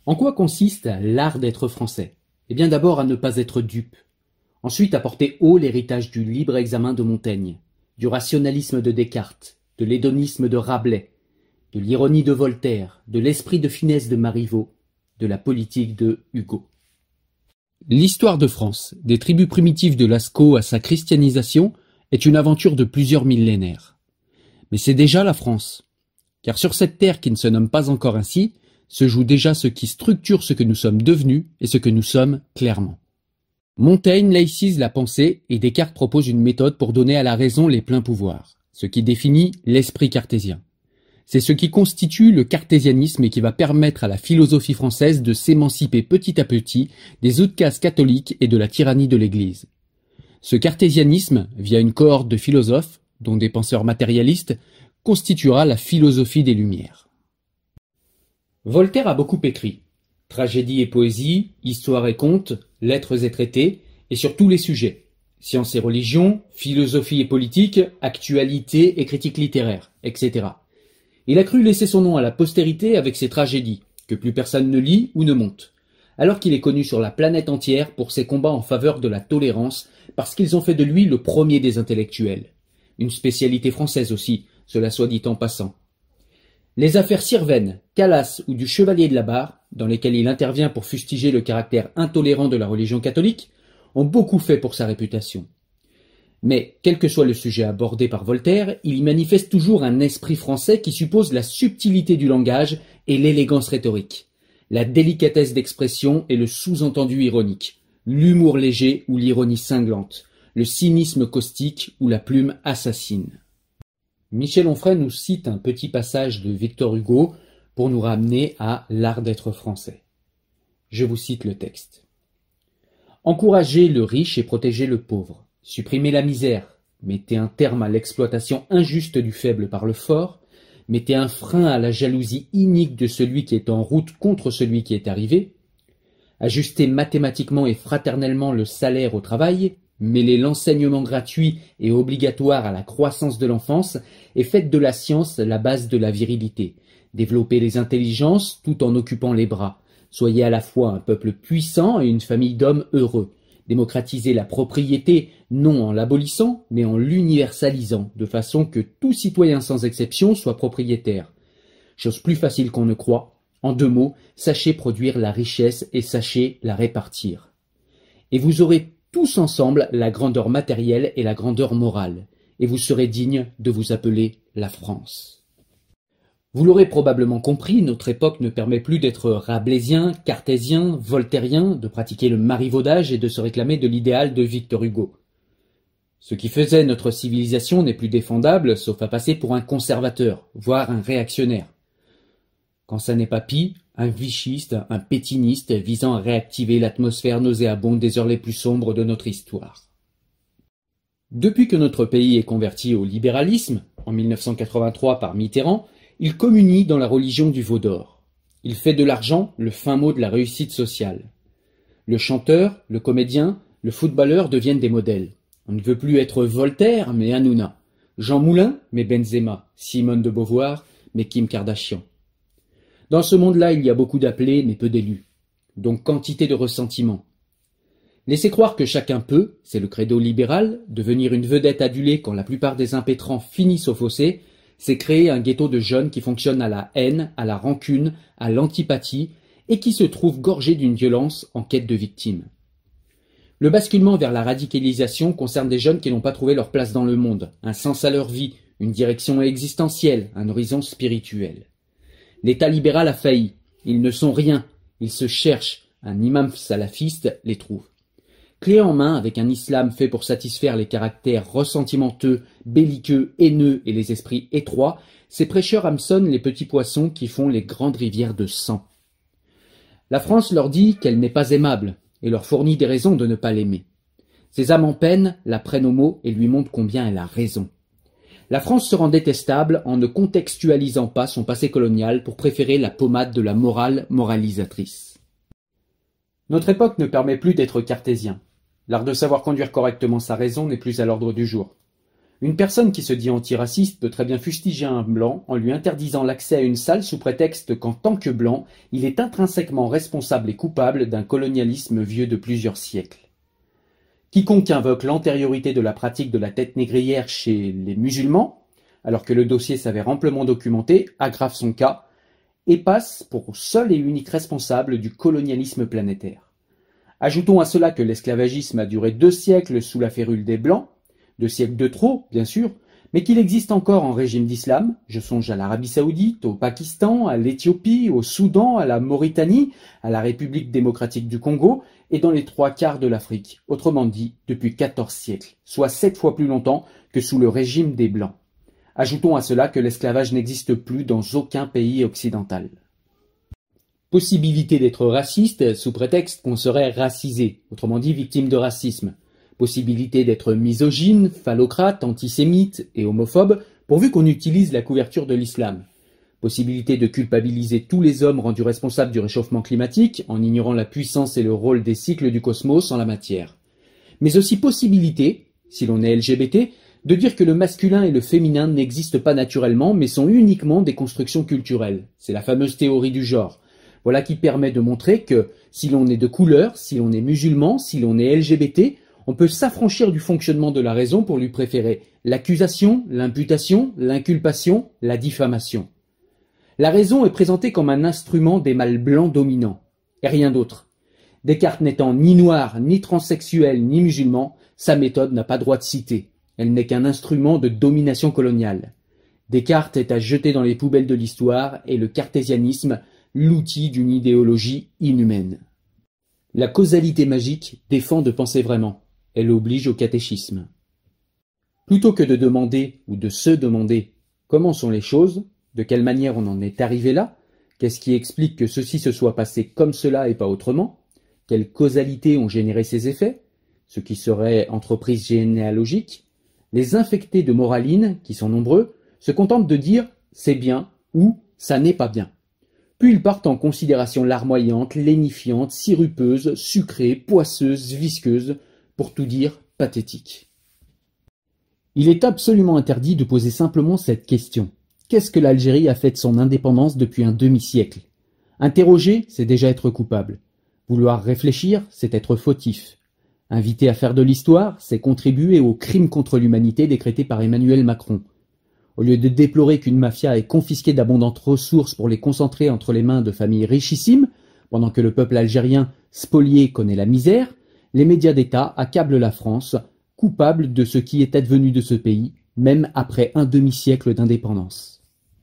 En quoi consiste l'art d'être français? Eh bien d'abord à ne pas être dupe. Ensuite à porter haut l'héritage du libre examen de Montaigne, du rationalisme de Descartes, de l'hédonisme de Rabelais, de l'ironie de Voltaire, de l'esprit de finesse de Marivaux, de la politique de Hugo. L'histoire de France, des tribus primitives de Lascaux à sa christianisation, est une aventure de plusieurs millénaires. Mais c'est déjà la France, car sur cette terre qui ne se nomme pas encore ainsi, se joue déjà ce qui structure ce que nous sommes devenus et ce que nous sommes clairement. Montaigne laïcise la pensée et Descartes propose une méthode pour donner à la raison les pleins pouvoirs, ce qui définit l'esprit cartésien. C'est ce qui constitue le cartésianisme et qui va permettre à la philosophie française de s'émanciper petit à petit des outkase catholiques et de la tyrannie de l'Église. Ce cartésianisme, via une cohorte de philosophes, dont des penseurs matérialistes, constituera la philosophie des Lumières. Voltaire a beaucoup écrit. Tragédie et poésie, histoire et contes, lettres et traités, et sur tous les sujets. Sciences et religion, philosophie et politique, actualité et critique littéraire, etc. Il a cru laisser son nom à la postérité avec ses tragédies, que plus personne ne lit ou ne monte, alors qu'il est connu sur la planète entière pour ses combats en faveur de la tolérance, parce qu'ils ont fait de lui le premier des intellectuels. Une spécialité française aussi, cela soit dit en passant. Les affaires Sirven, Calas ou du Chevalier de la Barre, dans lesquelles il intervient pour fustiger le caractère intolérant de la religion catholique, ont beaucoup fait pour sa réputation. Mais, quel que soit le sujet abordé par Voltaire, il y manifeste toujours un esprit français qui suppose la subtilité du langage et l'élégance rhétorique, la délicatesse d'expression et le sous-entendu ironique, l'humour léger ou l'ironie cinglante, le cynisme caustique ou la plume assassine. Michel Onfray nous cite un petit passage de Victor Hugo pour nous ramener à l'art d'être français. Je vous cite le texte. « Encouragez le riche et protégez le pauvre. Supprimez la misère, mettez un terme à l'exploitation injuste du faible par le fort, mettez un frein à la jalousie inique de celui qui est en route contre celui qui est arrivé, ajustez mathématiquement et fraternellement le salaire au travail, mêlez l'enseignement gratuit et obligatoire à la croissance de l'enfance et faites de la science la base de la virilité, développez les intelligences tout en occupant les bras, soyez à la fois un peuple puissant et une famille d'hommes heureux. Démocratiser la propriété, non en l'abolissant, mais en l'universalisant, de façon que tout citoyen sans exception soit propriétaire. Chose plus facile qu'on ne croit. En 2 mots, sachez produire la richesse et sachez la répartir. Et vous aurez tous ensemble la grandeur matérielle et la grandeur morale, et vous serez dignes de vous appeler la France. Vous l'aurez probablement compris, notre époque ne permet plus d'être rabelaisien, cartésien, voltairien, de pratiquer le marivaudage et de se réclamer de l'idéal de Victor Hugo. Ce qui faisait notre civilisation n'est plus défendable, sauf à passer pour un conservateur, voire un réactionnaire. Quand ça n'est pas pis, un vichiste, un pétiniste visant à réactiver l'atmosphère nauséabonde des heures les plus sombres de notre histoire. Depuis que notre pays est converti au libéralisme, en 1983 par Mitterrand, il communie dans la religion du veau d'or. Il fait de l'argent le fin mot de la réussite sociale. Le chanteur, le comédien, le footballeur deviennent des modèles. On ne veut plus être Voltaire, mais Hanouna. Jean Moulin, mais Benzema. Simone de Beauvoir, mais Kim Kardashian. Dans ce monde-là, il y a beaucoup d'appelés, mais peu d'élus. Donc quantité de ressentiments. Laisser croire que chacun peut, c'est le credo libéral, devenir une vedette adulée quand la plupart des impétrants finissent au fossé, c'est créer un ghetto de jeunes qui fonctionne à la haine, à la rancune, à l'antipathie, et qui se trouve gorgé d'une violence en quête de victimes. Le basculement vers la radicalisation concerne des jeunes qui n'ont pas trouvé leur place dans le monde, un sens à leur vie, une direction existentielle, un horizon spirituel. L'État libéral a failli, ils ne sont rien, ils se cherchent, un imam salafiste les trouve. Clé en main, avec un islam fait pour satisfaire les caractères ressentimenteux, belliqueux, haineux et les esprits étroits, ces prêcheurs hameçonnent les petits poissons qui font les grandes rivières de sang. La France leur dit qu'elle n'est pas aimable et leur fournit des raisons de ne pas l'aimer. Ces âmes en peine la prennent au mot et lui montrent combien elle a raison. La France se rend détestable en ne contextualisant pas son passé colonial pour préférer la pommade de la morale moralisatrice. Notre époque ne permet plus d'être cartésien. L'art de savoir conduire correctement sa raison n'est plus à l'ordre du jour. Une personne qui se dit antiraciste peut très bien fustiger un blanc en lui interdisant l'accès à une salle sous prétexte qu'en tant que blanc, il est intrinsèquement responsable et coupable d'un colonialisme vieux de plusieurs siècles. Quiconque invoque l'antériorité de la pratique de la tête négrière chez les musulmans, alors que le dossier s'avère amplement documenté, aggrave son cas et passe pour seul et unique responsable du colonialisme planétaire. Ajoutons à cela que l'esclavagisme a duré 2 siècles sous la férule des Blancs, 2 siècles de trop, bien sûr, mais qu'il existe encore en régime d'islam, je songe à l'Arabie Saoudite, au Pakistan, à l'Éthiopie, au Soudan, à la Mauritanie, à la République démocratique du Congo, et dans les 3/4 de l'Afrique, autrement dit, depuis 14 siècles, soit 7 fois plus longtemps que sous le régime des Blancs. Ajoutons à cela que l'esclavage n'existe plus dans aucun pays occidental. Possibilité d'être raciste sous prétexte qu'on serait racisé, autrement dit victime de racisme. Possibilité d'être misogyne, phallocrate, antisémite et homophobe, pourvu qu'on utilise la couverture de l'islam. Possibilité de culpabiliser tous les hommes rendus responsables du réchauffement climatique, en ignorant la puissance et le rôle des cycles du cosmos en la matière. Mais aussi possibilité, si l'on est LGBT, de dire que le masculin et le féminin n'existent pas naturellement, mais sont uniquement des constructions culturelles. C'est la fameuse théorie du genre. Voilà qui permet de montrer que, si l'on est de couleur, si l'on est musulman, si l'on est LGBT, on peut s'affranchir du fonctionnement de la raison pour lui préférer l'accusation, l'imputation, l'inculpation, la diffamation. La raison est présentée comme un instrument des mâles blancs dominants, et rien d'autre. Descartes n'étant ni noir, ni transsexuel, ni musulman, sa méthode n'a pas droit de citer. Elle n'est qu'un instrument de domination coloniale. Descartes est à jeter dans les poubelles de l'histoire et le cartésianisme, l'outil d'une idéologie inhumaine. La causalité magique défend de penser vraiment. Elle oblige au catéchisme. Plutôt que de demander ou de se demander comment sont les choses, de quelle manière on en est arrivé là, qu'est-ce qui explique que ceci se soit passé comme cela et pas autrement, quelles causalités ont généré ces effets, ce qui serait entreprise généalogique, les infectés de moraline, qui sont nombreux, se contentent de dire « c'est bien » ou « ça n'est pas bien ». Puis ils partent en considération larmoyante, lénifiante, sirupeuse, sucrée, poisseuse, visqueuse, pour tout dire pathétique. Il est absolument interdit de poser simplement cette question. Qu'est-ce que l'Algérie a fait de son indépendance depuis un demi-siècle? Interroger, c'est déjà être coupable. Vouloir réfléchir, c'est être fautif. Inviter à faire de l'histoire, c'est contribuer au crime contre l'humanité décrété par Emmanuel Macron. Au lieu de déplorer qu'une mafia ait confisqué d'abondantes ressources pour les concentrer entre les mains de familles richissimes, pendant que le peuple algérien spolié connaît la misère, les médias d'État accablent la France, coupable de ce qui est advenu de ce pays, même après un demi-siècle d'indépendance.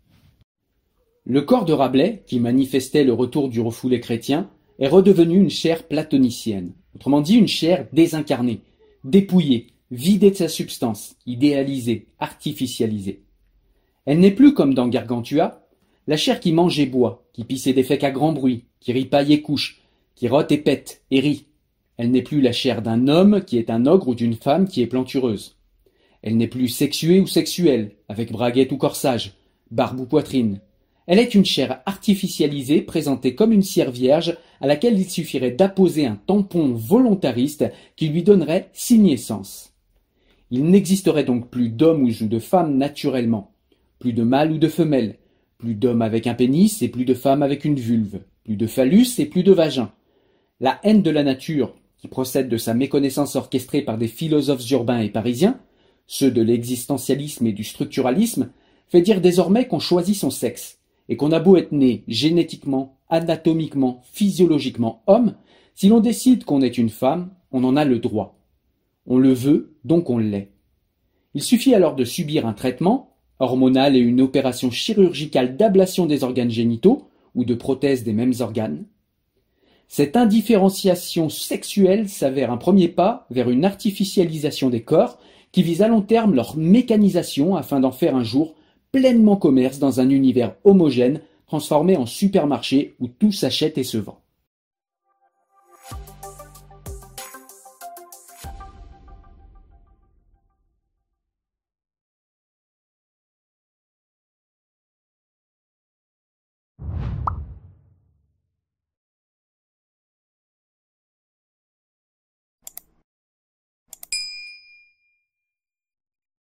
Le corps de Rabelais, qui manifestait le retour du refoulé chrétien, est redevenu une chair platonicienne, autrement dit une chair désincarnée, dépouillée, vidée de sa substance, idéalisée, artificialisée. Elle n'est plus comme dans Gargantua, la chair qui mange et boit, qui pisse et défèque à grand bruit, qui ripaille et couche, qui rote et pète et rit. Elle n'est plus la chair d'un homme qui est un ogre ou d'une femme qui est plantureuse. Elle n'est plus sexuée ou sexuelle, avec braguette ou corsage, barbe ou poitrine. Elle est une chair artificialisée présentée comme une cire vierge à laquelle il suffirait d'apposer un tampon volontariste qui lui donnerait signescence. Il n'existerait donc plus d'homme ou de femme naturellement, plus de mâle ou de femelle, plus d'homme avec un pénis et plus de femme avec une vulve, plus de phallus et plus de vagin. La haine de la nature, qui procède de sa méconnaissance orchestrée par des philosophes urbains et parisiens, ceux de l'existentialisme et du structuralisme, fait dire désormais qu'on choisit son sexe, et qu'on a beau être né génétiquement, anatomiquement, physiologiquement homme, si l'on décide qu'on est une femme, on en a le droit. On le veut, donc on l'est. Il suffit alors de subir un traitement, hormonal et une opération chirurgicale d'ablation des organes génitaux, ou de prothèse des mêmes organes. Cette indifférenciation sexuelle s'avère un premier pas vers une artificialisation des corps qui vise à long terme leur mécanisation afin d'en faire un jour pleinement commerce dans un univers homogène transformé en supermarché où tout s'achète et se vend.